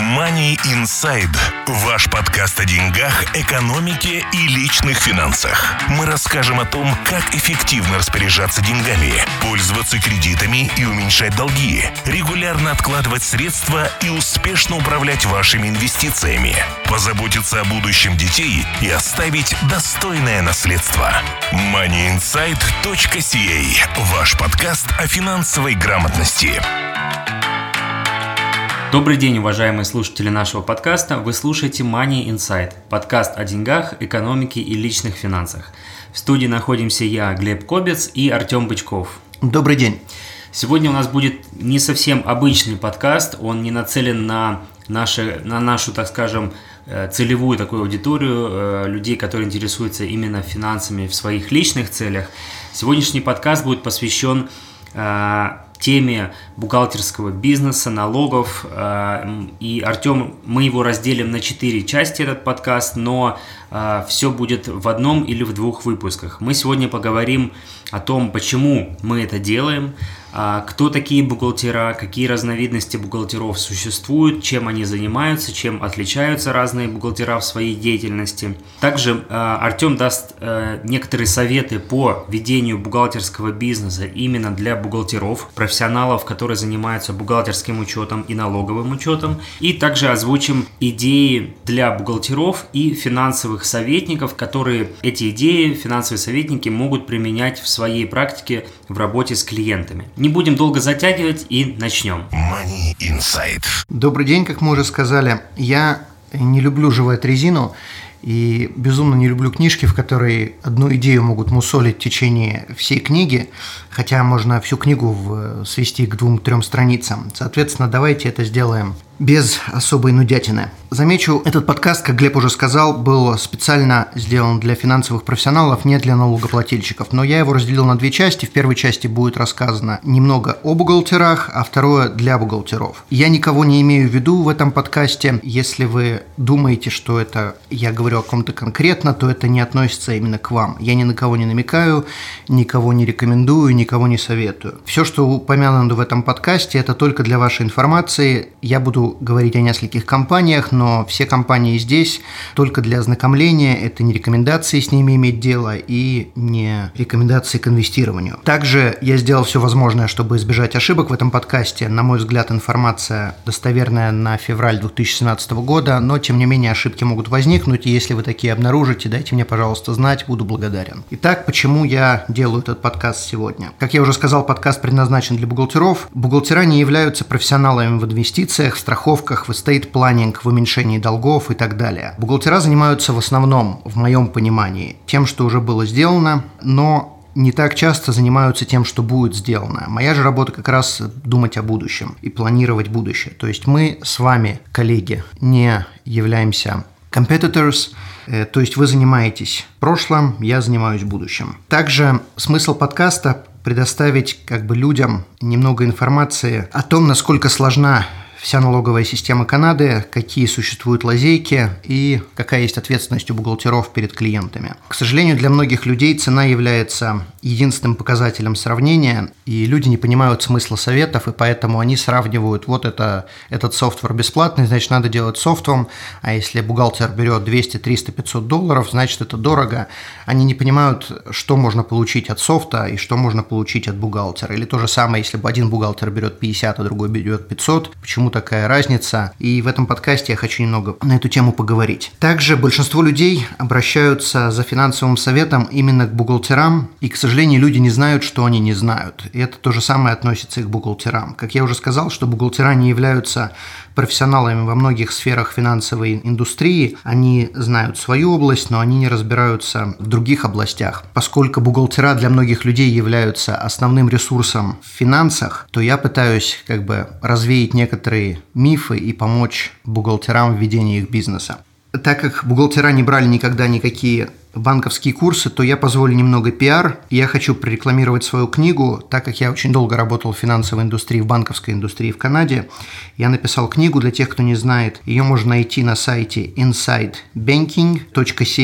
Money Inside. Ваш подкаст о деньгах, экономике и личных финансах. Мы расскажем о том, как эффективно распоряжаться деньгами, пользоваться кредитами и уменьшать долги, регулярно откладывать средства и успешно управлять вашими инвестициями, позаботиться о будущем детей и оставить достойное наследство. MoneyInside.ca. Ваш подкаст о финансовой грамотности. Добрый день, уважаемые слушатели нашего подкаста. Вы слушаете Money Inside, подкаст о деньгах, экономике и личных финансах. В студии находимся я, Глеб Кобец, и Артем Бычков. Добрый день. Сегодня у нас будет не совсем обычный подкаст, он не нацелен на нашу, так скажем, целевую такую аудиторию людей, которые интересуются именно финансами в своих личных целях. Сегодняшний подкаст будет посвящен теме бухгалтерского бизнеса, налогов. И, Артем, мы его разделим на 4 части, этот подкаст, но все будет в одном или в 2 выпусках. Мы сегодня поговорим о том, почему мы это делаем, кто такие бухгалтера, какие разновидности бухгалтеров существуют, чем они занимаются, чем отличаются разные бухгалтера в своей деятельности. Также Артем даст некоторые советы по ведению бухгалтерского бизнеса именно для бухгалтеров, профессионалов, которые занимаются бухгалтерским учетом и налоговым учетом. И также озвучим идеи для бухгалтеров и финансовых советников, которые эти идеи, финансовые советники, могут применять в своей практике в работе с клиентами. Не будем долго затягивать и начнем. Money Inside. Добрый день, как мы уже сказали. Я не люблю жевать резину и безумно не люблю книжки, в которые одну идею могут мусолить в течение всей книги, хотя можно всю книгу свести к 2-3 страницам. Соответственно, давайте это сделаем без особой нудятины. Замечу, этот подкаст, как Глеб уже сказал, был специально сделан для финансовых профессионалов, не для налогоплательщиков. Но я его разделил на 2 части. В первой части будет рассказано немного о бухгалтерах, а второе для бухгалтеров. Я никого не имею в виду в этом подкасте. Если вы думаете, что это я говорю о ком-то конкретно, то это не относится именно к вам. Я ни на кого не намекаю, никого не рекомендую, никого не советую. Все, что упомянуто в этом подкасте, это только для вашей информации. Я буду говорить о нескольких компаниях, но все компании здесь только для ознакомления, это не рекомендации с ними иметь дело и не рекомендации к инвестированию. Также я сделал все возможное, чтобы избежать ошибок в этом подкасте. На мой взгляд, информация достоверная на февраль 2017 года, но тем не менее ошибки могут возникнуть, и если вы такие обнаружите, дайте мне, пожалуйста, знать, буду благодарен. Итак, почему я делаю этот подкаст сегодня? Как я уже сказал, подкаст предназначен для бухгалтеров. Бухгалтера не являются профессионалами в инвестициях, страховках, в эстейт-планинг, в уменьшении долгов и так далее. Бухгалтера занимаются в основном, в моем понимании, тем, что уже было сделано, но не так часто занимаются тем, что будет сделано. Моя же работа как раз думать о будущем и планировать будущее. То есть мы с вами, коллеги, не являемся competitors, то есть вы занимаетесь прошлым, я занимаюсь будущим. Также смысл подкаста предоставить людям немного информации о том, насколько сложна вся налоговая система Канады, какие существуют лазейки и какая есть ответственность у бухгалтеров перед клиентами. К сожалению, для многих людей цена является единственным показателем сравнения, и люди не понимают смысла советов, и поэтому они сравнивают, этот софтвер бесплатный, значит, надо делать софтом, а если бухгалтер берет 200, 300, 500 долларов, значит, это дорого. Они не понимают, что можно получить от софта и что можно получить от бухгалтера. Или то же самое, если бы один бухгалтер берет 50, а другой берет 500, почему такая разница, и в этом подкасте я хочу немного на эту тему поговорить. Также большинство людей обращаются за финансовым советом именно к бухгалтерам, и, к сожалению, люди не знают, что они не знают. И это то же самое относится и к бухгалтерам. Как я уже сказал, что бухгалтера не являются профессионалами во многих сферах финансовой индустрии, они знают свою область, но они не разбираются в других областях. Поскольку бухгалтера для многих людей являются основным ресурсом в финансах, то я пытаюсь развеять некоторые мифы и помочь бухгалтерам в ведении их бизнеса. Так как бухгалтера не брали никогда никакие банковские курсы, то я позволю немного пиар. Я хочу прорекламировать свою книгу, так как я очень долго работал в финансовой индустрии, в банковской индустрии в Канаде. Я написал книгу, для тех, кто не знает. Ее можно найти на сайте insidebanking.ca.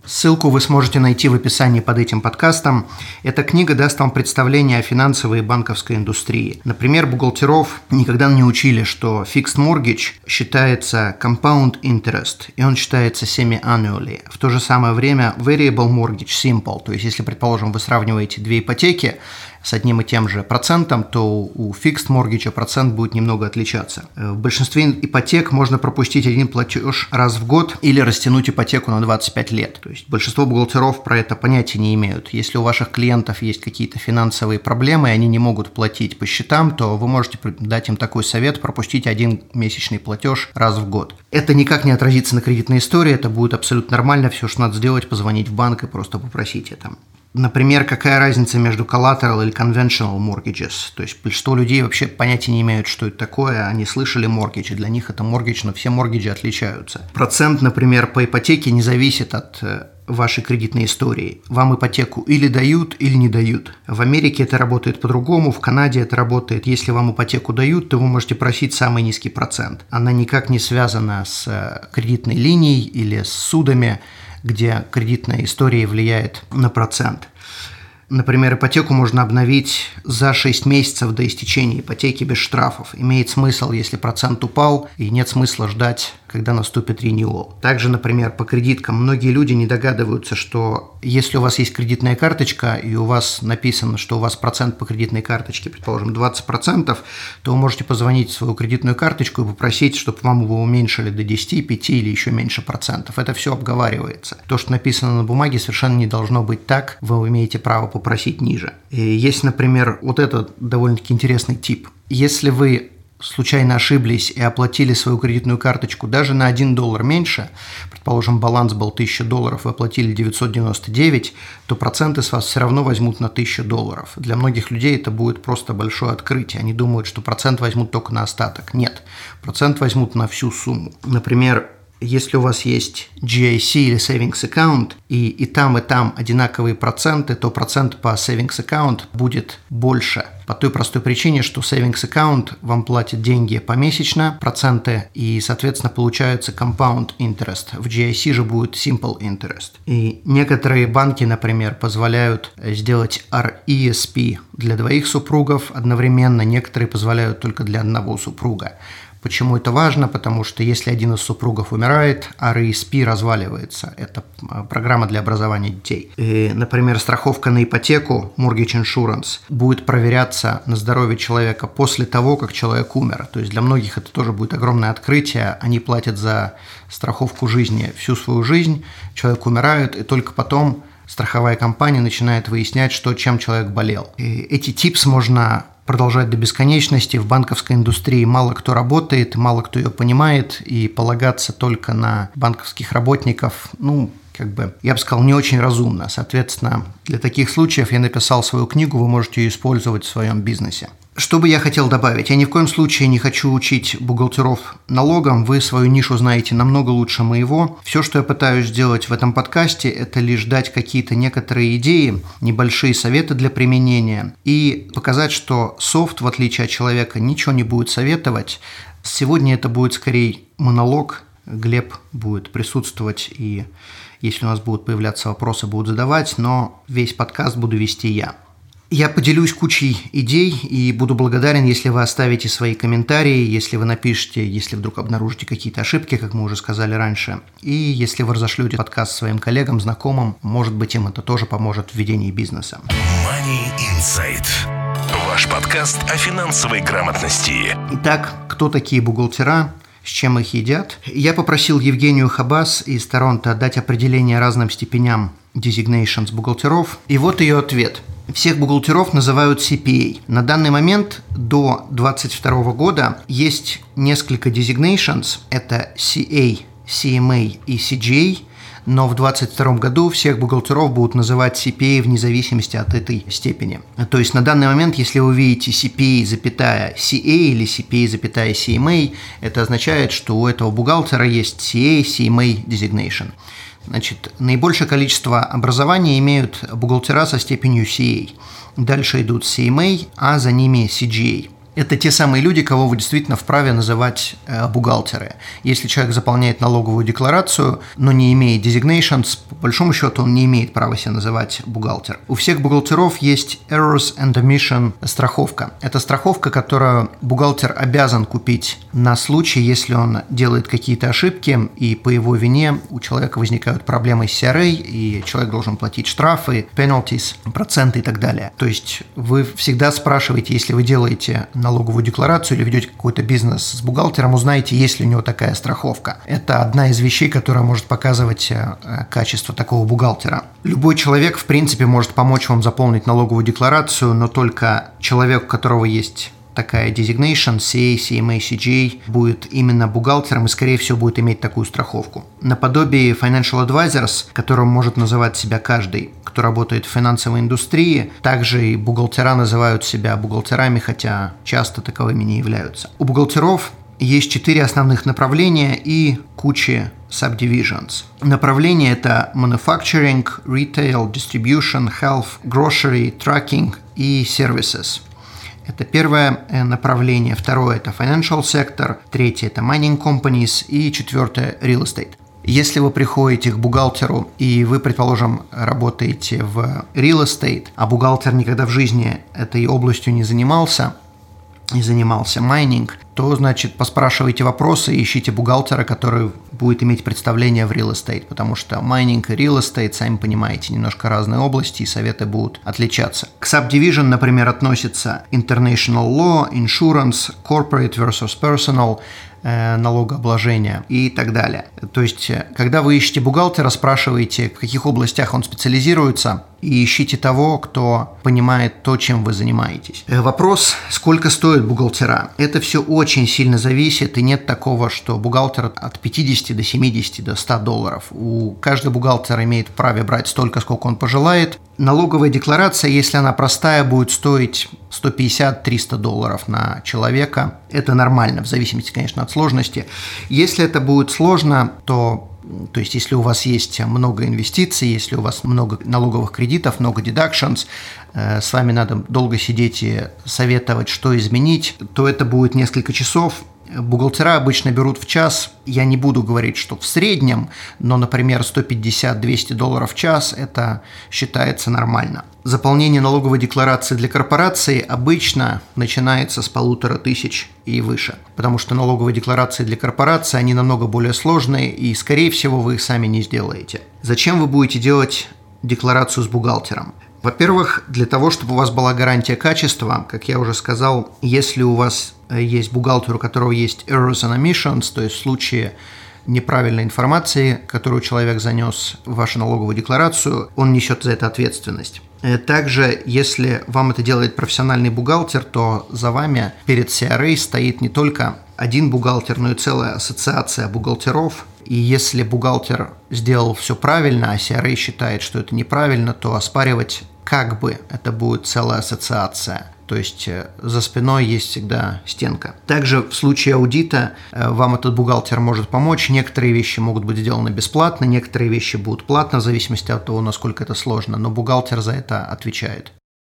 Ссылку вы сможете найти в описании под этим подкастом. Эта книга даст вам представление о финансовой и банковской индустрии. Например, бухгалтеров никогда не учили, что fixed mortgage считается compound interest, и он считается semi-annually. В то же самое время variable mortgage simple, то есть если, предположим, вы сравниваете две ипотеки с одним и тем же процентом, то у fixed mortgage процент будет немного отличаться. В большинстве ипотек можно пропустить один платеж раз в год или растянуть ипотеку на 25 лет. То есть большинство бухгалтеров про это понятия не имеют. Если у ваших клиентов есть какие-то финансовые проблемы, и они не могут платить по счетам, то вы можете дать им такой совет: пропустить один месячный платеж раз в год. Это никак не отразится на кредитной истории, это будет абсолютно нормально. Все, что надо сделать, позвонить в банк и просто попросить это. Например, какая разница между collateral или conventional mortgages? То есть большинство людей вообще понятия не имеют, что это такое. Они слышали mortgage, и для них это mortgage, но все mortgage отличаются. Процент, например, по ипотеке не зависит от вашей кредитной истории. Вам ипотеку или дают, или не дают. В Америке это работает по-другому, в Канаде это работает. Если вам ипотеку дают, то вы можете просить самый низкий процент. Она никак не связана с кредитной линией или с судами, где кредитная история влияет на процент. Например, ипотеку можно обновить за 6 месяцев до истечения ипотеки без штрафов. Имеет смысл, если процент упал, и нет смысла ждать, когда наступит renewal. Также, например, по кредиткам многие люди не догадываются, что если у вас есть кредитная карточка, и у вас написано, что у вас процент по кредитной карточке, предположим, 20%, то вы можете позвонить в свою кредитную карточку и попросить, чтобы вам его уменьшили до 10, 5 или еще меньше процентов. Это все обговаривается. То, что написано на бумаге, совершенно не должно быть так. Вы имеете право попросить ниже. И есть, например, вот этот довольно-таки интересный тип. Если вы случайно ошиблись и оплатили свою кредитную карточку даже на $1 меньше, предположим, баланс был $1000, вы оплатили 999, то проценты с вас все равно возьмут на $1000. Для многих людей это будет просто большое открытие. Они думают, что процент возьмут только на остаток. Нет, процент возьмут на всю сумму. Например, если у вас есть GIC или Savings Account, и там одинаковые проценты, то процент по Savings Account будет больше. По той простой причине, что Savings Account вам платит деньги помесячно, проценты, и, соответственно, получается compound interest. В GIC же будет simple interest. И некоторые банки, например, позволяют сделать RESP для двоих супругов одновременно, некоторые позволяют только для одного супруга. Почему это важно? Потому что если один из супругов умирает, RESP разваливается. Это программа для образования детей. И, например, страховка на ипотеку, mortgage insurance, будет проверяться на здоровье человека после того, как человек умер. То есть для многих это тоже будет огромное открытие. Они платят за страховку жизни всю свою жизнь, человек умирает, и только потом страховая компания начинает выяснять, чем человек болел. И эти типс можно продолжать до бесконечности. В банковской индустрии мало кто работает, мало кто ее понимает, и полагаться только на банковских работников, я бы сказал, не очень разумно. Соответственно, для таких случаев я написал свою книгу, вы можете ее использовать в своем бизнесе. Что бы я хотел добавить? Я ни в коем случае не хочу учить бухгалтеров налогам, вы свою нишу знаете намного лучше моего. Все, что я пытаюсь сделать в этом подкасте, это лишь дать какие-то некоторые идеи, небольшие советы для применения и показать, что софт, в отличие от человека, ничего не будет советовать. Сегодня это будет скорее монолог, Глеб будет присутствовать, и если у нас будут появляться вопросы, будут задавать, но весь подкаст буду вести я. Я поделюсь кучей идей и буду благодарен, если вы оставите свои комментарии, если вы напишите, если вдруг обнаружите какие-то ошибки, как мы уже сказали раньше, и если вы разошлете подкаст своим коллегам, знакомым, может быть, им это тоже поможет в ведении бизнеса. Money Insight. Ваш подкаст о финансовой грамотности. Итак, кто такие бухгалтера? С чем их едят? Я попросил Евгению Хабас из Торонто дать определение разным степеням designations бухгалтеров, и вот ее ответ. Всех бухгалтеров называют CPA. На данный момент до 2022 года есть несколько designations, это CA, CMA и CGA, но в 2022 году всех бухгалтеров будут называть CPA вне зависимости от этой степени. То есть на данный момент, если вы видите CPA, CA или CPA, CMA, это означает, что у этого бухгалтера есть CA, CMA designation. Значит, наибольшее количество образования имеют бухгалтера со степенью CA. Дальше идут CMA, а за ними CGA. Это те самые люди, кого вы действительно вправе называть бухгалтеры. Если человек заполняет налоговую декларацию, но не имеет designations, по большому счету он не имеет права себя называть бухгалтер. У всех бухгалтеров есть Errors and Omission страховка. Это страховка, которую бухгалтер обязан купить на случай, если он делает какие-то ошибки, и по его вине у человека возникают проблемы с CRA, и человек должен платить штрафы, penalties, проценты и так далее. То есть вы всегда спрашиваете, если вы делаете налоговую декларацию или ведете какой-то бизнес с бухгалтером, узнаете, есть ли у него такая страховка. Это одна из вещей, которая может показывать качество такого бухгалтера. Любой человек, в принципе, может помочь вам заполнить налоговую декларацию, но только человек, у которого есть такая designation, CA, CMA, CGA, будет именно бухгалтером и, скорее всего, будет иметь такую страховку. Наподобие Financial Advisors, которым может называть себя каждый, кто работает в финансовой индустрии, также и бухгалтера называют себя бухгалтерами, хотя часто таковыми не являются. У бухгалтеров есть 4 основных направления и куча subdivisions. Направления – это manufacturing, retail, distribution, health, grocery, tracking и services. Это первое направление. Второе – это financial sector. Третье – это mining companies. И четвертое – real estate. Если вы приходите к бухгалтеру и вы, предположим, работаете в real estate, а бухгалтер никогда в жизни этой областью не занимался майнинг, то, значит, поспрашивайте вопросы и ищите бухгалтера, который будет иметь представление в real estate, потому что майнинг и real estate, сами понимаете, немножко разные области, и советы будут отличаться. К subdivision, например, относятся international law, insurance, corporate versus personal, налогообложения и так далее. То есть, когда вы ищете бухгалтера, спрашиваете, в каких областях он специализируется, и ищите того, кто понимает то, чем вы занимаетесь. Вопрос, сколько стоят бухгалтера? Это все очень сильно зависит, и нет такого, что бухгалтер от 50 до 70 до 100 долларов. У каждого бухгалтера имеет право брать столько, сколько он пожелает. Налоговая декларация, если она простая, будет стоить 150-300 долларов на человека. Это нормально, в зависимости, конечно, от сложности. Если это будет сложно, то есть, если у вас есть много инвестиций, если у вас много налоговых кредитов, много deductions, с вами надо долго сидеть и советовать, что изменить, то это будет несколько часов. Бухгалтера обычно берут в час. Я не буду говорить, что в среднем, но, например, 150-200 долларов в час – это считается нормально. Заполнение налоговой декларации для корпорации обычно начинается с 1500 и выше, потому что налоговые декларации для корпорации, они намного более сложные, и, скорее всего, вы их сами не сделаете. Зачем вы будете делать декларацию с бухгалтером? Во-первых, для того, чтобы у вас была гарантия качества, как я уже сказал, если у вас есть бухгалтер, у которого есть errors and omissions, то есть в случае неправильной информации, которую человек занес в вашу налоговую декларацию, он несет за это ответственность. Также, если вам это делает профессиональный бухгалтер, то за вами перед CRA стоит не только один бухгалтер, но и целая ассоциация бухгалтеров. И если бухгалтер сделал все правильно, а CRA считает, что это неправильно, то оспаривать как бы это будет целая ассоциация. То есть за спиной есть всегда стенка. Также в случае аудита вам этот бухгалтер может помочь. Некоторые вещи могут быть сделаны бесплатно, некоторые вещи будут платно, в зависимости от того, насколько это сложно. Но бухгалтер за это отвечает.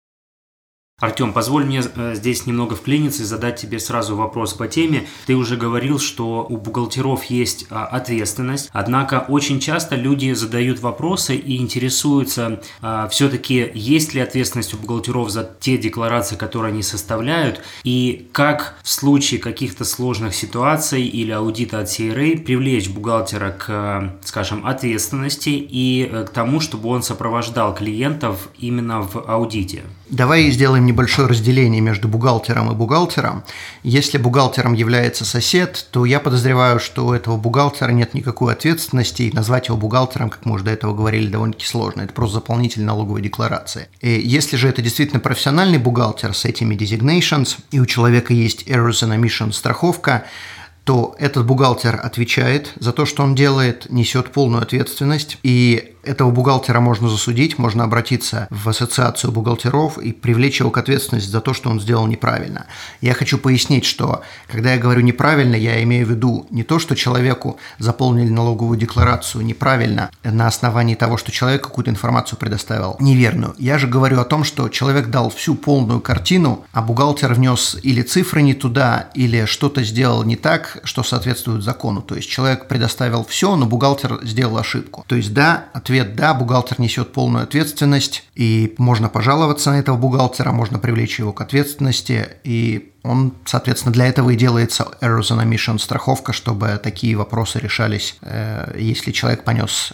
Артем, позволь мне здесь немного вклиниться и задать тебе сразу вопрос по теме. Ты уже говорил, что у бухгалтеров есть ответственность, однако очень часто люди задают вопросы и интересуются, все-таки есть ли ответственность у бухгалтеров за те декларации, которые они составляют, и как в случае каких-то сложных ситуаций или аудита от CRA привлечь бухгалтера к, скажем, ответственности и к тому, чтобы он сопровождал клиентов именно в аудите. Давай сделаем небольшое разделение между бухгалтером и бухгалтером. Если бухгалтером является сосед, то я подозреваю, что у этого бухгалтера нет никакой ответственности, и назвать его бухгалтером, как мы уже до этого говорили, довольно-таки сложно. Это просто заполнитель налоговой декларации. И если же это действительно профессиональный бухгалтер с этими designations, и у человека есть errors and omissions страховка, то то этот бухгалтер отвечает за то, что он делает, несет полную ответственность, и этого бухгалтера можно засудить, можно обратиться в ассоциацию бухгалтеров и привлечь его к ответственности за то, что он сделал неправильно. Я хочу пояснить, что когда я говорю неправильно, я имею в виду не то, что человеку заполнили налоговую декларацию неправильно на основании того, что человек какую-то информацию предоставил неверную. Я же говорю о том, что человек дал всю полную картину, а бухгалтер внес или цифры не туда, или что-то сделал не так, что соответствует закону. То есть человек предоставил все, но бухгалтер сделал ошибку. То есть да, ответ да, бухгалтер несет полную ответственность, и можно пожаловаться на этого бухгалтера, можно привлечь его к ответственности, и он, соответственно, для этого и делается Errors on Omission страховка, чтобы такие вопросы решались, если человек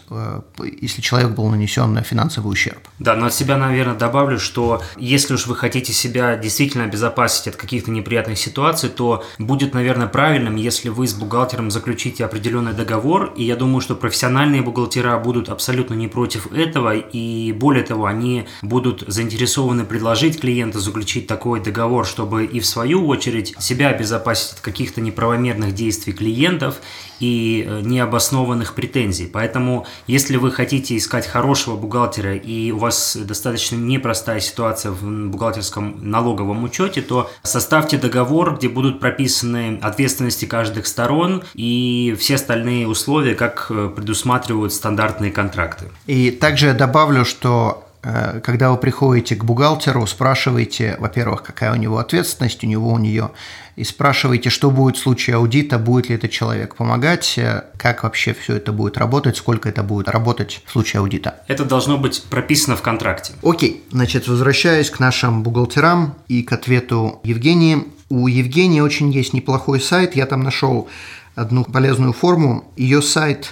если человек был нанесен финансовый ущерб. Да, но от себя, наверное, добавлю, что если уж вы хотите себя действительно обезопасить от каких-то неприятных ситуаций, то будет, наверное, правильным, если вы с бухгалтером заключите определенный договор, и я думаю, что профессиональные бухгалтера будут абсолютно не против этого, и более того, они будут заинтересованы предложить клиенту заключить такой договор, чтобы и в свою очередь себя обезопасить от каких-то неправомерных действий клиентов и необоснованных претензий. Поэтому, если вы хотите искать хорошего бухгалтера и у вас достаточно непростая ситуация в бухгалтерском налоговом учете, то составьте договор, где будут прописаны ответственности каждых сторон и все остальные условия, как предусматривают стандартные контракты. И также я добавлю, что когда вы приходите к бухгалтеру, спрашиваете, во-первых, какая у него ответственность, у нее, и спрашиваете, что будет в случае аудита, будет ли этот человек помогать, как вообще все это будет работать, сколько это будет работать в случае аудита. Это должно быть прописано в контракте. Окей, значит, возвращаясь к нашим бухгалтерам и к ответу Евгении. У Евгении очень есть неплохой сайт, я там нашел одну полезную форму. Ее сайт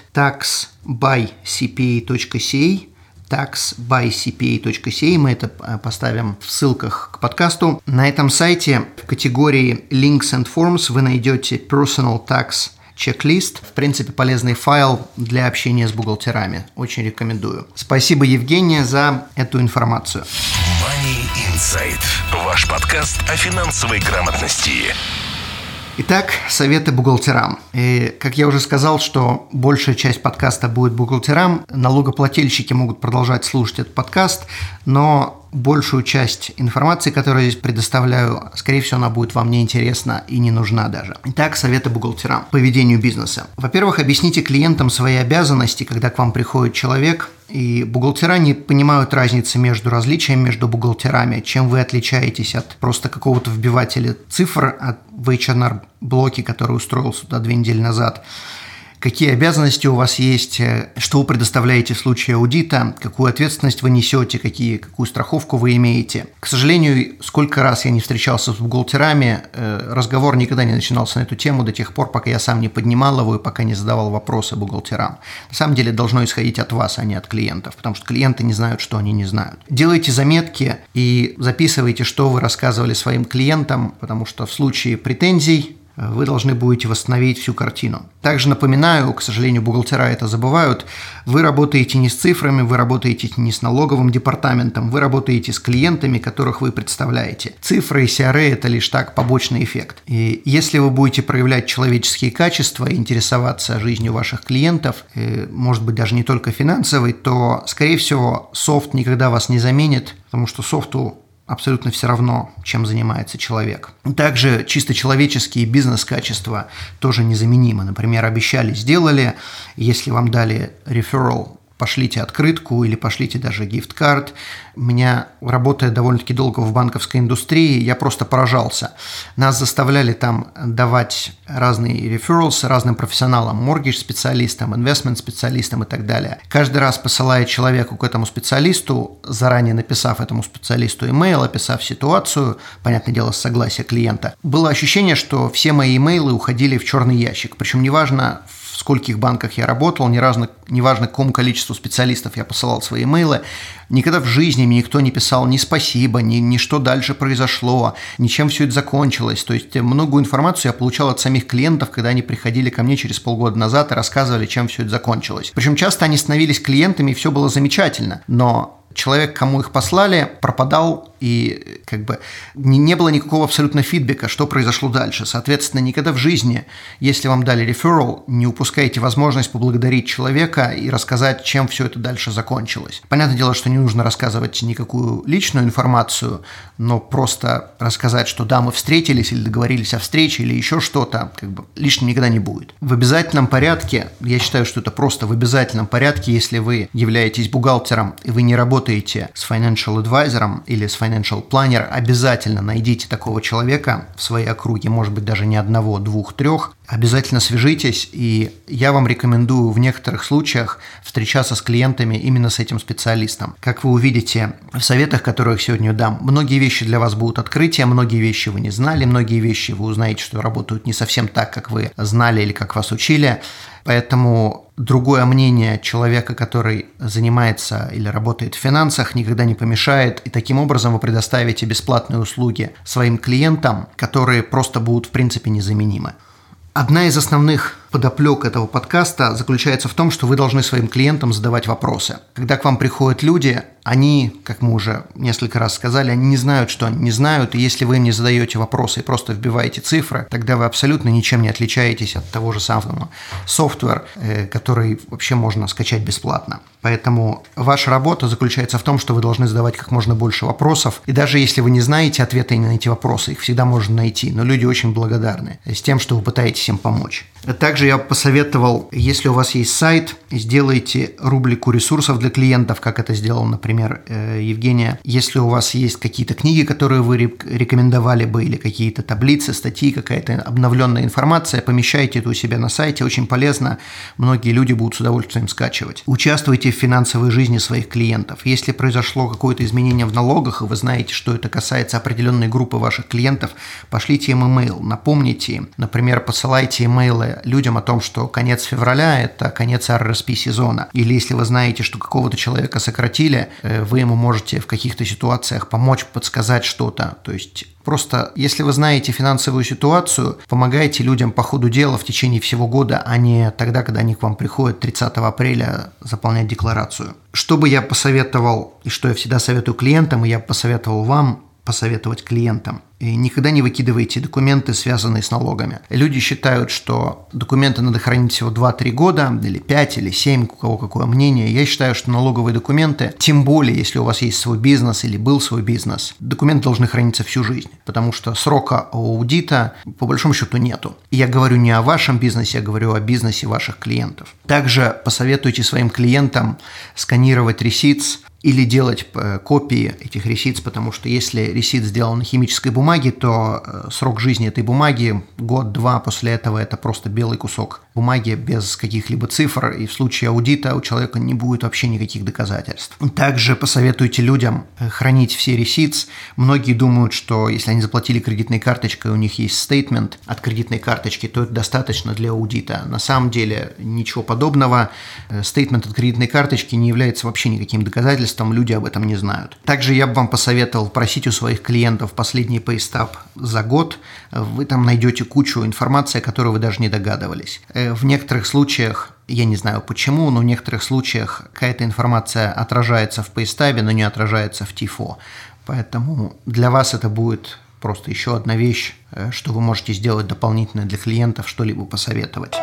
taxbycpa.ca. taxbycpa.ca, мы это поставим в ссылках к подкасту. На этом сайте в категории Links and Forms вы найдете Personal Tax Checklist. В принципе, полезный файл для общения с бухгалтерами. Очень рекомендую. Спасибо, Евгения, за эту информацию. Money Insight. Ваш подкаст о финансовой грамотности. Итак, советы бухгалтерам. И, как я уже сказал, что большая часть подкаста будет бухгалтерам, налогоплательщики могут продолжать слушать этот подкаст, но большую часть информации, которую я здесь предоставляю, скорее всего, она будет вам неинтересна и не нужна даже. Итак, советы бухгалтерам по ведению бизнеса. Во-первых, объясните клиентам свои обязанности, когда к вам приходит человек, и бухгалтера не понимают разницы между различиями между бухгалтерами, чем вы отличаетесь от просто какого-то вбивателя цифр в HR-блоке, который устроился туда 2 недели назад. Какие обязанности у вас есть, что вы предоставляете в случае аудита, какую ответственность вы несете, какую страховку вы имеете. К сожалению, сколько раз я не встречался с бухгалтерами, разговор никогда не начинался на эту тему до тех пор, пока я сам не поднимал его и пока не задавал вопросы бухгалтерам. На самом деле должно исходить от вас, а не от клиентов, потому что клиенты не знают, что они не знают. Делайте заметки и записывайте, что вы рассказывали своим клиентам, потому что в случае претензий вы должны будете восстановить всю картину. Также напоминаю, к сожалению, бухгалтера это забывают, вы работаете не с цифрами, вы работаете не с налоговым департаментом, вы работаете с клиентами, которых вы представляете. Цифры и CRA – это лишь так, побочный эффект. И если вы будете проявлять человеческие качества и интересоваться жизнью ваших клиентов, может быть, даже не только финансовой, то, скорее всего, софт никогда вас не заменит, потому что софту абсолютно все равно, чем занимается человек. Также чисто человеческие бизнес-качества тоже незаменимы. Например, обещали, сделали. Если вам дали referral, пошлите открытку или пошлите даже гифт-карт. Меня, работая довольно-таки долго в банковской индустрии, я просто поражался. Нас заставляли там давать разные referrals разным профессионалам, mortgage-специалистам, investment-специалистам и так далее. Каждый раз посылая человеку к этому специалисту, заранее написав этому специалисту имейл, описав ситуацию, понятное дело, с согласия клиента, было ощущение, что все мои имейлы уходили в черный ящик. Причем неважно, в скольких банках я работал, неважно, какому количеству специалистов я посылал свои имейлы, никогда в жизни мне никто не писал ни спасибо, ни что дальше произошло, ни чем все это закончилось. То есть многую информацию я получал от самих клиентов, когда они приходили ко мне через полгода назад и рассказывали, чем все это закончилось. Причем часто они становились клиентами, и все было замечательно, но человек, кому их послали, пропадал, и не было никакого абсолютно фидбэка, что произошло дальше. Соответственно, никогда в жизни, если вам дали referral, не упускайте возможность поблагодарить человека и рассказать, чем все это дальше закончилось. Понятное дело, что не нужно рассказывать никакую личную информацию, но просто рассказать, что да, мы встретились или договорились о встрече или еще что-то, лишним никогда не будет. В обязательном порядке, я считаю, что это просто в обязательном порядке, если вы являетесь бухгалтером и вы не работаете с financial advisor или с financial planner, обязательно найдите такого человека в своей округе, может быть, даже не одного, двух, трех. Обязательно свяжитесь, и я вам рекомендую в некоторых случаях встречаться с клиентами именно с этим специалистом. Как вы увидите в советах, которые я сегодня дам, многие вещи для вас будут открытия, многие вещи вы не знали, многие вещи вы узнаете, что работают не совсем так, как вы знали или как вас учили. Поэтому другое мнение человека, который занимается или работает в финансах, никогда не помешает, и таким образом вы предоставите бесплатные услуги своим клиентам, которые просто будут в принципе незаменимы. Одна из основных подоплек этого подкаста заключается в том, что вы должны своим клиентам задавать вопросы. Когда к вам приходят люди, они, как мы уже несколько раз сказали, они не знают, что они не знают, и если вы им не задаете вопросы и просто вбиваете цифры, тогда вы абсолютно ничем не отличаетесь от того же самого софтвера, который вообще можно скачать бесплатно. Поэтому ваша работа заключается в том, что вы должны задавать как можно больше вопросов, и даже если вы не знаете ответы на эти вопросы, их всегда можно найти, но люди очень благодарны с тем, что вы пытаетесь им помочь. Также я посоветовал, если у вас есть сайт, сделайте рубрику ресурсов для клиентов, как это сделал, например, Евгения. Если у вас есть какие-то книги, которые вы рекомендовали бы, или какие-то таблицы, статьи, какая-то обновленная информация, помещайте это у себя на сайте, очень полезно, многие люди будут с удовольствием скачивать. Участвуйте в финансовой жизни своих клиентов. Если произошло какое-то изменение в налогах, и вы знаете, что это касается определенной группы ваших клиентов, пошлите им имейл, напомните им, например, посылайте имейлы людям о том, что конец февраля – это конец RRSP сезона. Или если вы знаете, что какого-то человека сократили, вы ему можете в каких-то ситуациях помочь, подсказать что-то. То есть просто, если вы знаете финансовую ситуацию, помогайте людям по ходу дела в течение всего года, а не тогда, когда они к вам приходят 30 апреля заполнять декларацию. Что бы я посоветовал, и что я всегда советую клиентам, и я посоветовал вам посоветовать клиентам. И никогда не выкидывайте документы, связанные с налогами. Люди считают, что документы надо хранить всего 2-3 года, или 5, или 7, у кого какое мнение. Я считаю, что налоговые документы, тем более, если у вас есть свой бизнес или был свой бизнес, документы должны храниться всю жизнь, потому что срока аудита по большому счету нету. И я говорю не о вашем бизнесе, я говорю о бизнесе ваших клиентов. Также посоветуйте своим клиентам сканировать реситс, или делать копии этих реситс, потому что если ресит сделан на химической бумаге, то срок жизни этой бумаги год-два после этого это просто белый кусок бумаги без каких-либо цифр, и в случае аудита у человека не будет вообще никаких доказательств. Также посоветуйте людям хранить все реситс. Многие думают, что если они заплатили кредитной карточкой, у них есть стейтмент от кредитной карточки, то это достаточно для аудита. На самом деле ничего подобного. Стейтмент от кредитной карточки не является вообще никаким доказательством, люди об этом не знают. Также я бы вам посоветовал просить у своих клиентов последний PayStub за год. Вы там найдете кучу информации, о которой вы даже не догадывались. В некоторых случаях, я не знаю почему, но в некоторых случаях какая-то информация отражается в PayStub, но не отражается в TIFO. Поэтому для вас это будет просто еще одна вещь, что вы можете сделать дополнительно для клиентов, что-либо посоветовать.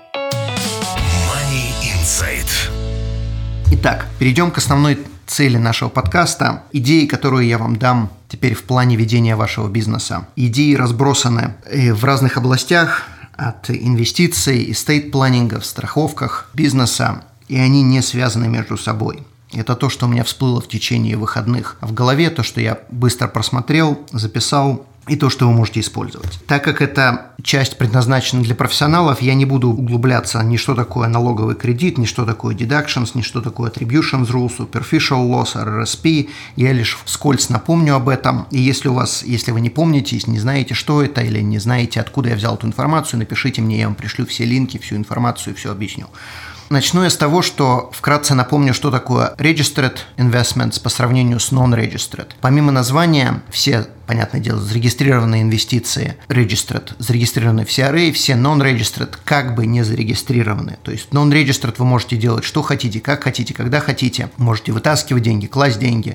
Money Insight. Итак, перейдем к основной цели нашего подкаста. Идеи, которые я вам дам теперь в плане ведения вашего бизнеса. Идеи разбросаны в разных областях, от инвестиций, эстейт-планинга, страховках, бизнеса, и они не связаны между собой. Это то, что у меня всплыло в течение выходных в голове, то, что я быстро просмотрел, записал, и то, что вы можете использовать. Так как эта часть предназначена для профессионалов, я не буду углубляться ни что такое налоговый кредит, ни что такое deductions, ни что такое attributions rule, superficial loss, RRSP. Я лишь вскользь напомню об этом. И если вы не помните, если не знаете, что это, или не знаете, откуда я взял эту информацию, напишите мне, я вам пришлю все линки, всю информацию, все объясню. Начну я с того, что вкратце напомню, что такое registered investments по сравнению с non-registered. Помимо названия, все понятное дело, зарегистрированные инвестиции registered, зарегистрированы в CRA, все non-registered как бы не зарегистрированы. То есть non-registered вы можете делать что хотите, как хотите, когда хотите. Можете вытаскивать деньги, класть деньги.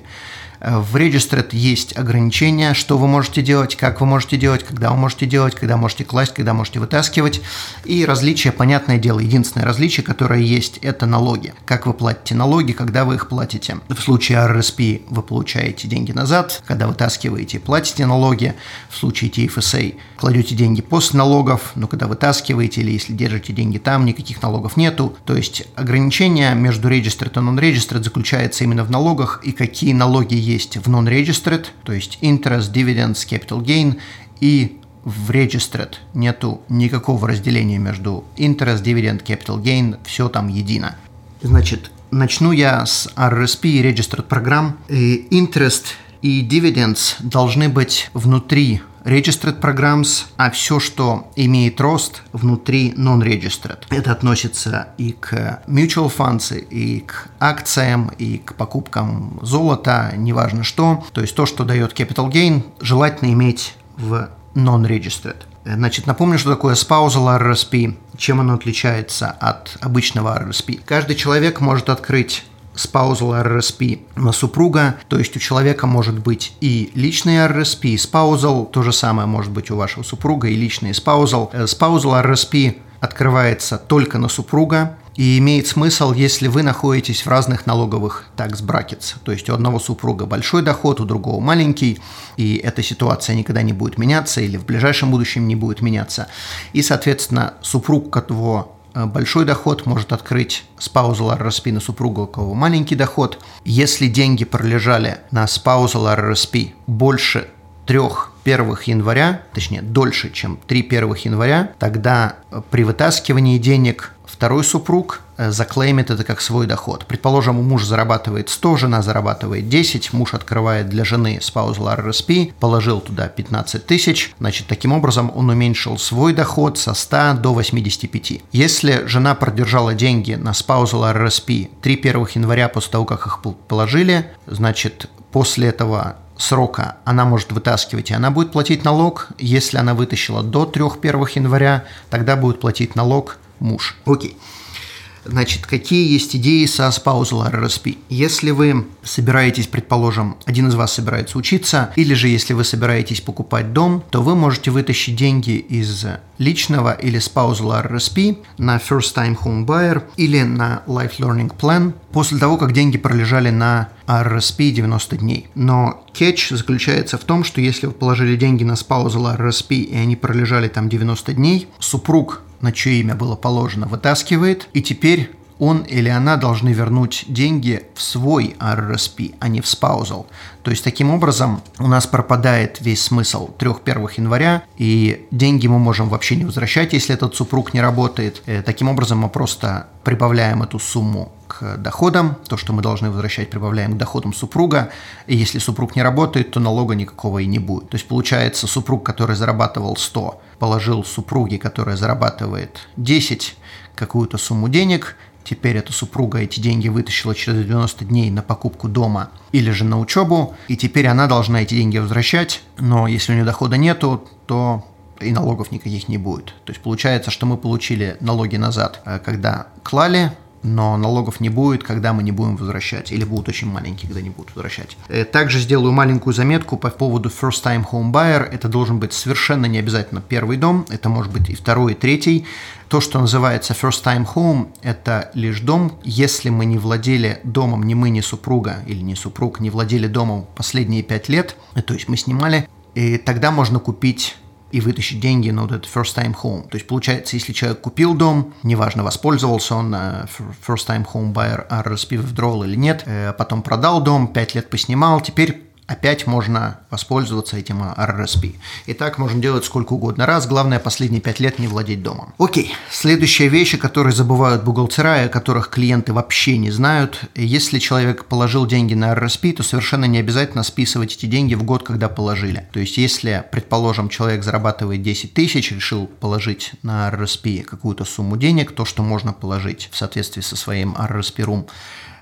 В Registered есть ограничения, что вы можете делать, как вы можете делать, когда можете класть, когда можете вытаскивать. И различие, понятное дело, единственное различие, которое есть, это налоги. Как вы платите налоги, когда вы их платите. В случае RRSP вы получаете деньги назад, когда вытаскиваете, платите налоги. В случае TFSA кладете деньги после налогов, но когда вытаскиваете или если держите деньги там, никаких налогов нету. То есть ограничение между Registered и Non-Registered заключается именно в налогах и какие налоги есть в non-registered, то есть interest, dividends, capital gain, и в registered нету никакого разделения между interest, dividend, capital gain, все там едино. Значит, начну я с RRSP и registered программ. Interest и dividends должны быть внутри registered programs, а все, что имеет рост, внутри non-registered. Это относится и к mutual funds, и к акциям, и к покупкам золота, неважно что. То есть то, что дает capital gain, желательно иметь в non-registered. Значит, напомню, что такое spousal RRSP, чем оно отличается от обычного RRSP. Каждый человек может открыть spousal RRSP на супруга, то есть у человека может быть и личный RRSP, и spousal, то же самое может быть у вашего супруга, и личный, и spousal. Spousal RRSP открывается только на супруга и имеет смысл, если вы находитесь в разных налоговых tax brackets, то есть у одного супруга большой доход, у другого маленький, и эта ситуация никогда не будет меняться или в ближайшем будущем не будет меняться. И, соответственно, супруг, у которого большой доход, может открыть spousal RRSP на супруга, у кого маленький доход. Если деньги пролежали на spousal RRSP больше 3 1 января, точнее дольше, чем 3 1 января, тогда при вытаскивании денег второй супруг заклеймит это как свой доход. Предположим, муж зарабатывает 100, жена зарабатывает 10, муж открывает для жены spousal RRSP, положил туда 15 тысяч, значит, таким образом он уменьшил свой доход со 100 до 85. Если жена продержала деньги на spousal RRSP 3 1 января после того, как их положили, значит, после этого срока она может вытаскивать, и она будет платить налог. Если она вытащила до 3 1 января, тогда будет платить налог муж. Окей. Значит, какие есть идеи со spousal RRSP? Если вы собираетесь, предположим, один из вас собирается учиться, или же если вы собираетесь покупать дом, то вы можете вытащить деньги из личного или spousal RRSP на First Time Home Buyer или на Life Learning Plan после того, как деньги пролежали на RRSP 90 дней. Но catch заключается в том, что если вы положили деньги на spousal RRSP и они пролежали там 90 дней, супруг, на чье имя было положено, вытаскивает, и теперь он или она должны вернуть деньги в свой RRSP, а не в spousal. То есть, таким образом, у нас пропадает весь смысл 3 1 января, и деньги мы можем вообще не возвращать, если этот супруг не работает. Таким образом, мы просто прибавляем эту сумму к доходам, то, что мы должны возвращать, прибавляем к доходам супруга, и если супруг не работает, то налога никакого и не будет. То есть, получается, супруг, который зарабатывал 100, положил супруге, которая зарабатывает 10, какую-то сумму денег. Теперь эта супруга эти деньги вытащила через 90 дней на покупку дома или же на учебу, и теперь она должна эти деньги возвращать, но если у нее дохода нету, то и налогов никаких не будет. То есть получается, что мы получили налоги назад, когда клали, но налогов не будет, когда мы не будем возвращать, или будут очень маленькие, когда не будут возвращать. Также сделаю маленькую заметку по поводу First Time Home Buyer. Это должен быть совершенно не обязательно первый дом, это может быть и второй, и третий. То, что называется First Time Home, это лишь дом, если мы не владели домом, ни мы, ни супруга, или не супруг, не владели домом последние 5 лет, то есть мы снимали, и тогда можно купить и вытащить деньги на вот этот First Time Home. То есть, получается, если человек купил дом, неважно, воспользовался он First Time Home Buyer RRSP withdrawal или нет, потом продал дом, 5 лет поснимал, теперь опять можно воспользоваться этим RRSP. И так можно делать сколько угодно раз, главное последние 5 лет не владеть домом. Окей, следующая вещь, о которой забывают бухгалтера, и о которых клиенты вообще не знают. Если человек положил деньги на RRSP, то совершенно не обязательно списывать эти деньги в год, когда положили. То есть, если, предположим, человек зарабатывает 10 тысяч, решил положить на RRSP какую-то сумму денег, то, что можно положить в соответствии со своим RRSP Room,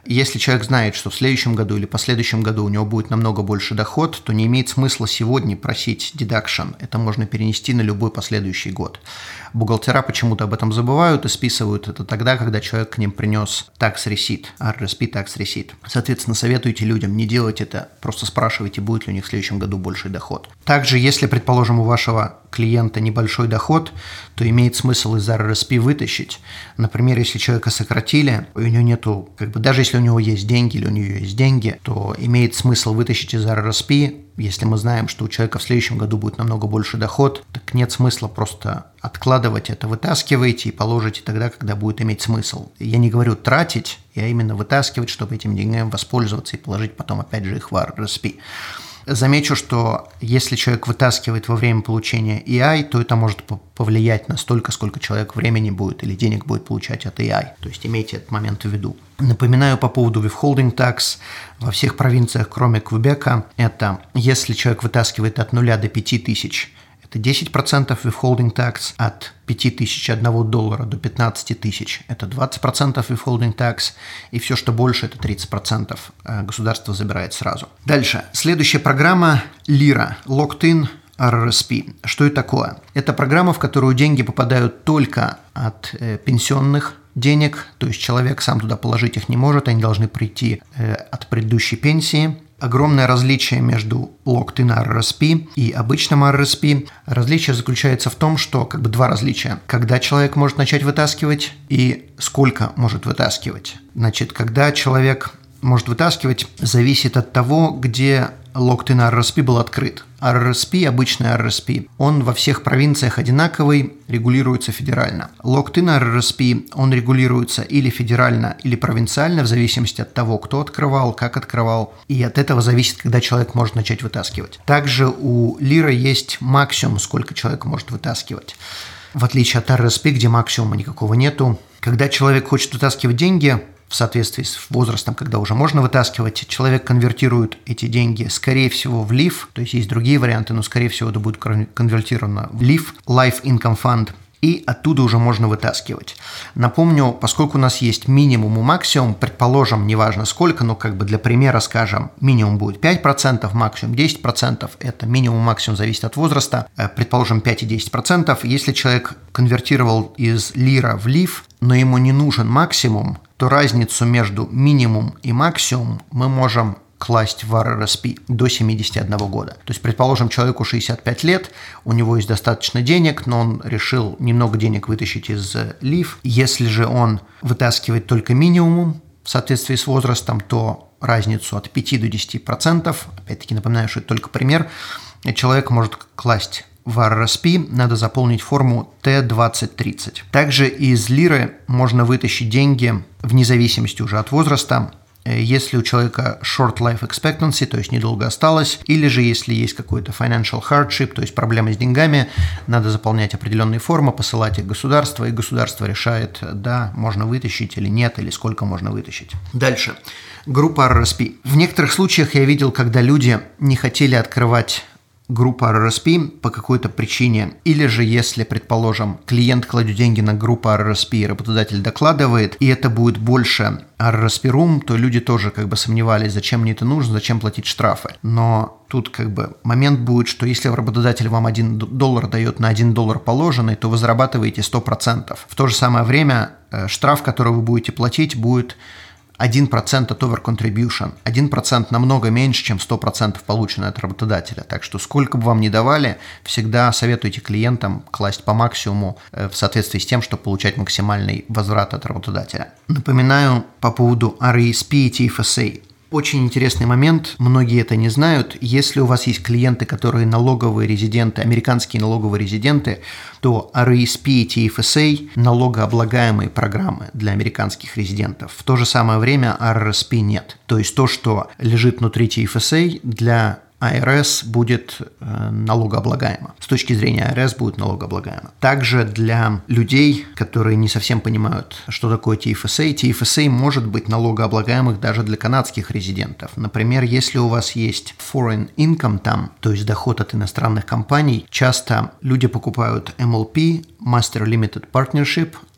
если человек знает, что в следующем году или последующем году у него будет намного больше доход, то не имеет смысла сегодня просить deduction. Это можно перенести на любой последующий год. Бухгалтера почему-то об этом забывают и списывают это тогда, когда человек к ним принес tax receipt, RRSP tax receipt. Соответственно, советуйте людям не делать это, просто спрашивайте, будет ли у них в следующем году больший доход. Также, если, предположим, у вашего клиента небольшой доход, то имеет смысл из RRSP вытащить. Например, если человека сократили, и у него нету, даже если у него есть деньги или у нее есть деньги, то имеет смысл вытащить из RRSP. Если мы знаем, что у человека в следующем году будет намного больше доход, так нет смысла просто откладывать это, вытаскивайте и положите тогда, когда будет иметь смысл. Я не говорю тратить, я именно вытаскивать, чтобы этими деньгами воспользоваться и положить потом опять же их в RRSP. Замечу, что если человек вытаскивает во время получения EI, то это может повлиять на столько, сколько человек времени будет или денег будет получать от EI. То есть имейте этот момент в виду. Напоминаю по поводу withholding tax. Во всех провинциях, кроме Квебека, это если человек вытаскивает от 0 до 5000, это 10% withholding tax, от 5000 $1 до 15 тысяч это 20% withholding tax, и все, что больше, это 30% государство забирает сразу. Дальше. Следующая программа LIRA, Locked In RRSP. Что это такое? Это программа, в которую деньги попадают только от пенсионных денег, то есть человек сам туда положить их не может, они должны прийти от предыдущей пенсии. Огромное различие между Locked-in RRSP и обычным RRSP. Различие заключается в том, что два различия. Когда человек может начать вытаскивать и сколько может вытаскивать. Значит, когда человек может вытаскивать, зависит от того, где Locked-in RRSP был открыт. RRSP, обычный RRSP, он во всех провинциях одинаковый, регулируется федерально. Locked-in RRSP, он регулируется или федерально, или провинциально, в зависимости от того, кто открывал, как открывал. И от этого зависит, когда человек может начать вытаскивать. Также у LIRA есть максимум, сколько человек может вытаскивать. В отличие от RRSP, где максимума никакого нету. Когда человек хочет вытаскивать деньги, в соответствии с возрастом, когда уже можно вытаскивать, человек конвертирует эти деньги, скорее всего, в LIF, то есть есть другие варианты, но, скорее всего, это будет конвертировано в LIF, Life Income Fund, и оттуда уже можно вытаскивать. Напомню, поскольку у нас есть минимум и максимум, предположим, неважно сколько, но для примера скажем, минимум будет 5%, максимум 10%, это минимум и максимум зависит от возраста, предположим 5 и 10%. Если человек конвертировал из LIRA в LIF, но ему не нужен максимум, то разницу между минимум и максимум мы можем класть в RRSP до 71 года. То есть, предположим, человеку 65 лет, у него есть достаточно денег, но он решил немного денег вытащить из LIF. Если же он вытаскивает только минимум в соответствии с возрастом, то разницу от 5 до 10%, опять-таки напоминаю, что это только пример, человек может класть в RRSP, надо заполнить форму T2030. Также из LIRA можно вытащить деньги вне зависимости уже от возраста, если у человека short life expectancy, то есть недолго осталось, или же если есть какой-то financial hardship, то есть проблемы с деньгами, надо заполнять определенные формы, посылать их государству, и государство решает, да, можно вытащить или нет, или сколько можно вытащить. Дальше. Группа RRSP. В некоторых случаях я видел, когда люди не хотели открывать группа RRSP по какой-то причине, или же если, предположим, клиент кладет деньги на группу RRSP, и работодатель докладывает, и это будет больше RRSP Room, то люди тоже сомневались, зачем мне это нужно, зачем платить штрафы. Но тут момент будет, что если работодатель вам $1 дает на $1 положенный, то вы зарабатываете 100%. В то же самое время штраф, который вы будете платить, будет 1% от over-contribution. 1% намного меньше, чем 100% полученное от работодателя. Так что сколько бы вам ни давали, всегда советуйте клиентам класть по максимуму в соответствии с тем, чтобы получать максимальный возврат от работодателя. Напоминаю по поводу RESP и TFSA. Очень интересный момент, многие это не знают. Если у вас есть клиенты, которые налоговые резиденты, американские налоговые резиденты, то RESP и TFSA – налогооблагаемые программы для американских резидентов. В то же самое время RRSP нет. То есть то, что лежит внутри TFSA, для IRS будет налогооблагаемо. С точки зрения IRS будет налогооблагаемо. Также для людей, которые не совсем понимают, что такое TFSA, TFSA может быть налогооблагаемых даже для канадских резидентов. Например, если у вас есть foreign income там, то есть доход от иностранных компаний, часто люди покупают MLP, Master Limited Partnership,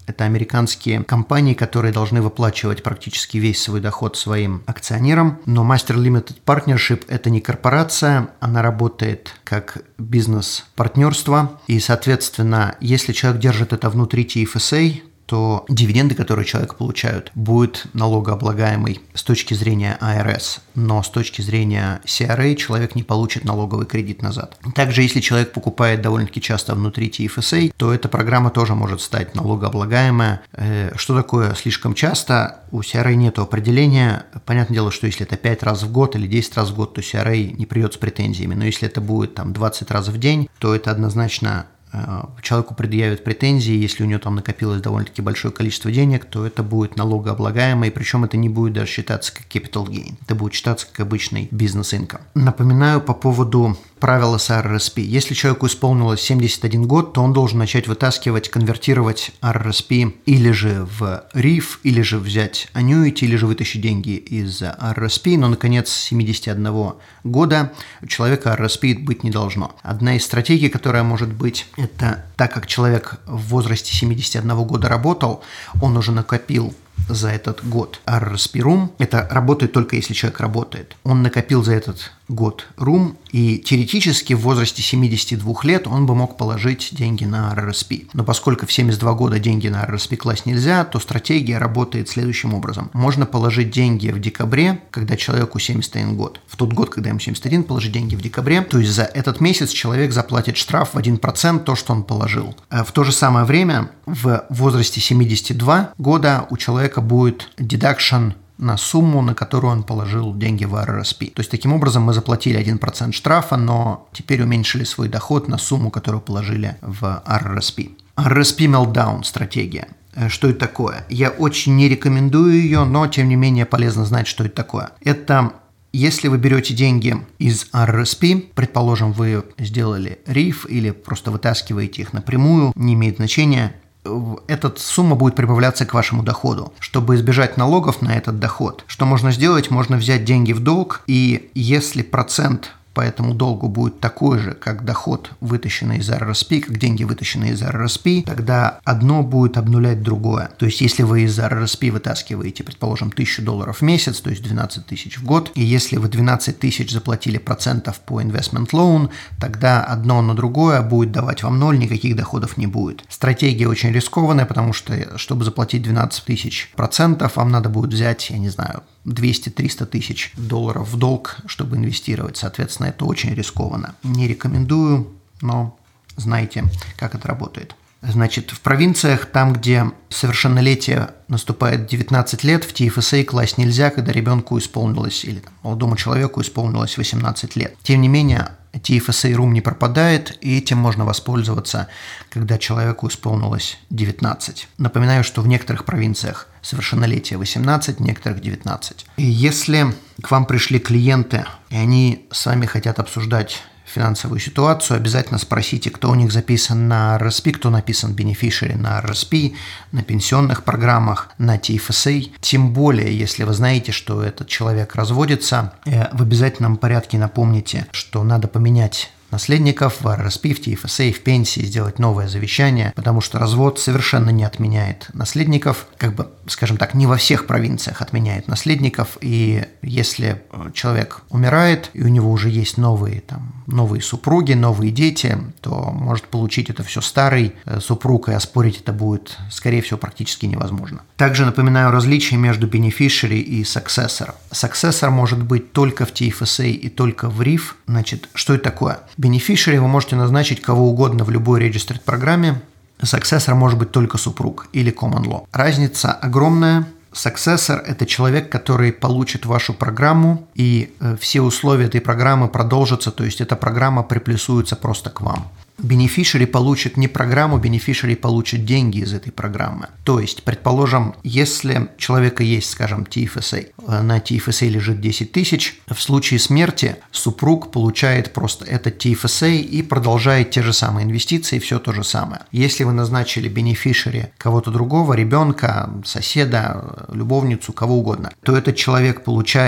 Это американские компании, которые должны выплачивать практически весь свой доход своим акционерам. Но Master Limited Partnership – это не корпорация, она работает как бизнес-партнерство. И, соответственно, если человек держит это внутри TFSA, то дивиденды, которые человек получает, будут налогооблагаемый с точки зрения IRS, но с точки зрения CRA человек не получит налоговый кредит назад. Также, если человек покупает довольно-таки часто внутри TFSA, то эта программа тоже может стать налогооблагаемая. Что такое слишком часто? У CRA нет определения. Понятное дело, что если это 5 раз в год или 10 раз в год, то CRA не придет с претензиями. Но если это будет 20 раз в день, то это однозначно человеку предъявят претензии, если у него там накопилось довольно-таки большое количество денег, то это будет налогооблагаемо, и причем это не будет даже считаться как capital gain, это будет считаться как обычный бизнес-инком. Напоминаю по поводу правила с RRSP. Если человеку исполнилось 71 год, то он должен начать вытаскивать, конвертировать RRSP или же в RIF, или же взять annuity, или же вытащить деньги из RRSP, но, наконец, с 71 года у человека RRSP быть не должно. Одна из стратегий, которая может быть, это так как человек в возрасте 71 года работал, он уже накопил за этот год RRSP Room. Это работает только если человек работает. Он накопил за этот год Room, и теоретически в возрасте 72 лет он бы мог положить деньги на RRSP. Но поскольку в 72 года деньги на RRSP класть нельзя, то стратегия работает следующим образом. Можно положить деньги в декабре, когда человеку 71 год. В тот год, когда ему 71, положить деньги в декабре. То есть за этот месяц человек заплатит штраф в 1% то, что он положил. В то же самое время в возрасте 72 года у человека будет deduction на сумму, на которую он положил деньги в RRSP. То есть, таким образом, мы заплатили 1% штрафа, но теперь уменьшили свой доход на сумму, которую положили в RRSP. RRSP Meltdown стратегия. Что это такое? Я очень не рекомендую ее, но, тем не менее, полезно знать, что это такое. Это если вы берете деньги из RRSP, предположим, вы сделали RIF или просто вытаскиваете их напрямую, не имеет значения, эта сумма будет прибавляться к вашему доходу. Чтобы избежать налогов на этот доход, что можно сделать? Можно взять деньги в долг, и если процент по этому долгу будет такой же, как доход, вытащенный из RRSP, как деньги, вытащенные из RRSP, тогда одно будет обнулять другое. То есть, если вы из RRSP вытаскиваете, предположим, $1000 в месяц, то есть 12 тысяч в год, и если вы 12 тысяч заплатили процентов по investment loan, тогда одно на другое будет давать вам ноль, никаких доходов не будет. Стратегия очень рискованная, потому что, чтобы заплатить 12 тысяч процентов, вам надо будет взять, я не знаю, 200-300 тысяч долларов в долг, чтобы инвестировать. Соответственно, это очень рискованно. Не рекомендую, но знайте, как это работает. Значит, в провинциях, там, где совершеннолетие наступает 19 лет, в TFSA класть нельзя, когда ребенку исполнилось, или молодому человеку исполнилось 18 лет. Тем не менее, TFSA Room не пропадает, и этим можно воспользоваться, когда человеку исполнилось 19. Напоминаю, что в некоторых провинциях совершеннолетие 18, в некоторых 19. И если к вам пришли клиенты, и они с вами хотят обсуждать финансовую ситуацию, обязательно спросите, кто у них записан на RRSP, кто написан beneficiary на RRSP, на пенсионных программах, на TFSA. Тем более, если вы знаете, что этот человек разводится, в обязательном порядке напомните, что надо поменять наследников в RRSP, в TFSA, в пенсии, сделать новое завещание, потому что развод совершенно не отменяет наследников, скажем так, не во всех провинциях отменяет наследников, и если человек умирает, и у него уже есть новые супруги, новые дети, то может получить это все старый супруг, и оспорить это будет, скорее всего, практически невозможно. Также напоминаю различия между beneficiary и successor. Successor может быть только в TFSA и только в RIF. Значит, что это такое? Beneficiary вы можете назначить кого угодно в любой registered программе. Successor может быть только супруг или common law. Разница огромная. Successor – это человек, который получит вашу программу, и все условия этой программы продолжатся, то есть эта программа приплюсуется просто к вам. Beneficiary получит не программу, beneficiary получит деньги из этой программы. То есть, предположим, если у человека есть, скажем, TFSA, на TFSA лежит 10 тысяч, в случае смерти супруг получает просто этот TFSA и продолжает те же самые инвестиции, все то же самое. Если вы назначили beneficiary кого-то другого, ребенка, соседа, любовницу, кого угодно, то этот человек получает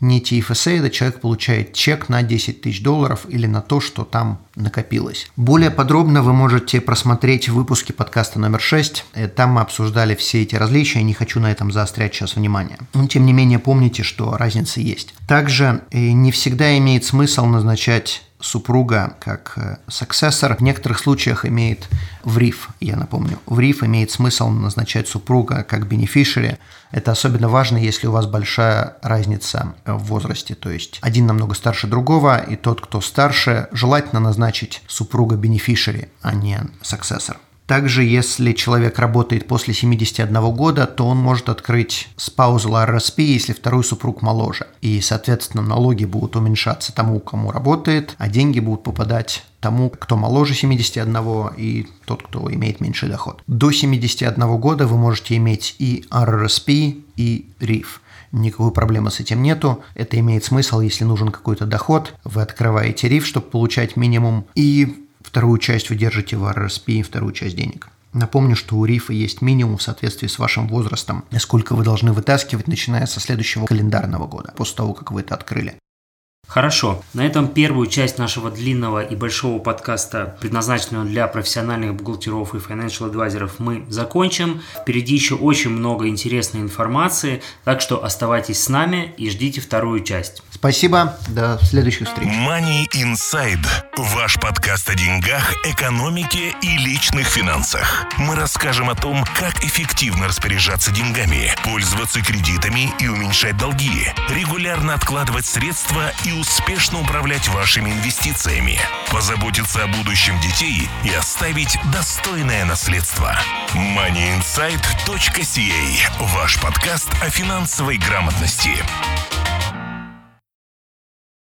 не TFSA, это человек получает чек на $10 тысяч или на то, что там накопилось. Более подробно вы можете просмотреть выпуски подкаста номер 6. Там мы обсуждали все эти различия, не хочу на этом заострять сейчас внимание. Но тем не менее помните, что разница есть. Также не всегда имеет смысл назначать супруга как successor. В некоторых случаях имеет в RIF, я напомню. В RIF имеет смысл назначать супруга как beneficiary. Это особенно важно, если у вас большая разница в возрасте. То есть один намного старше другого, и тот, кто старше, желательно назначить супруга beneficiary, а не successor. Также, если человек работает после 71 года, то он может открыть spousal RRSP, если второй супруг моложе. И, соответственно, налоги будут уменьшаться тому, кому работает, а деньги будут попадать тому, кто моложе 71, и тот, кто имеет меньший доход. До 71 года вы можете иметь и RRSP, и RIF. Никакой проблемы с этим нету. Это имеет смысл, если нужен какой-то доход. Вы открываете RIF, чтобы получать минимум, и вторую часть вы держите в RRSP, вторую часть денег. Напомню, что у RIF есть минимум в соответствии с вашим возрастом, сколько вы должны вытаскивать, начиная со следующего календарного года, после того, как вы это открыли. Хорошо, на этом первую часть нашего длинного и большого подкаста, предназначенного для профессиональных бухгалтеров и financial адвайзеров, мы закончим. Впереди еще очень много интересной информации, так что оставайтесь с нами и ждите вторую часть. Спасибо, до следующих встреч. Money Inside – ваш подкаст о деньгах, экономике и личных финансах. Мы расскажем о том, как эффективно распоряжаться деньгами, пользоваться кредитами и уменьшать долги, регулярно откладывать средства и успешно управлять вашими инвестициями, позаботиться о будущем детей и оставить достойное наследство. moneyinsight.ca – ваш подкаст о финансовой грамотности.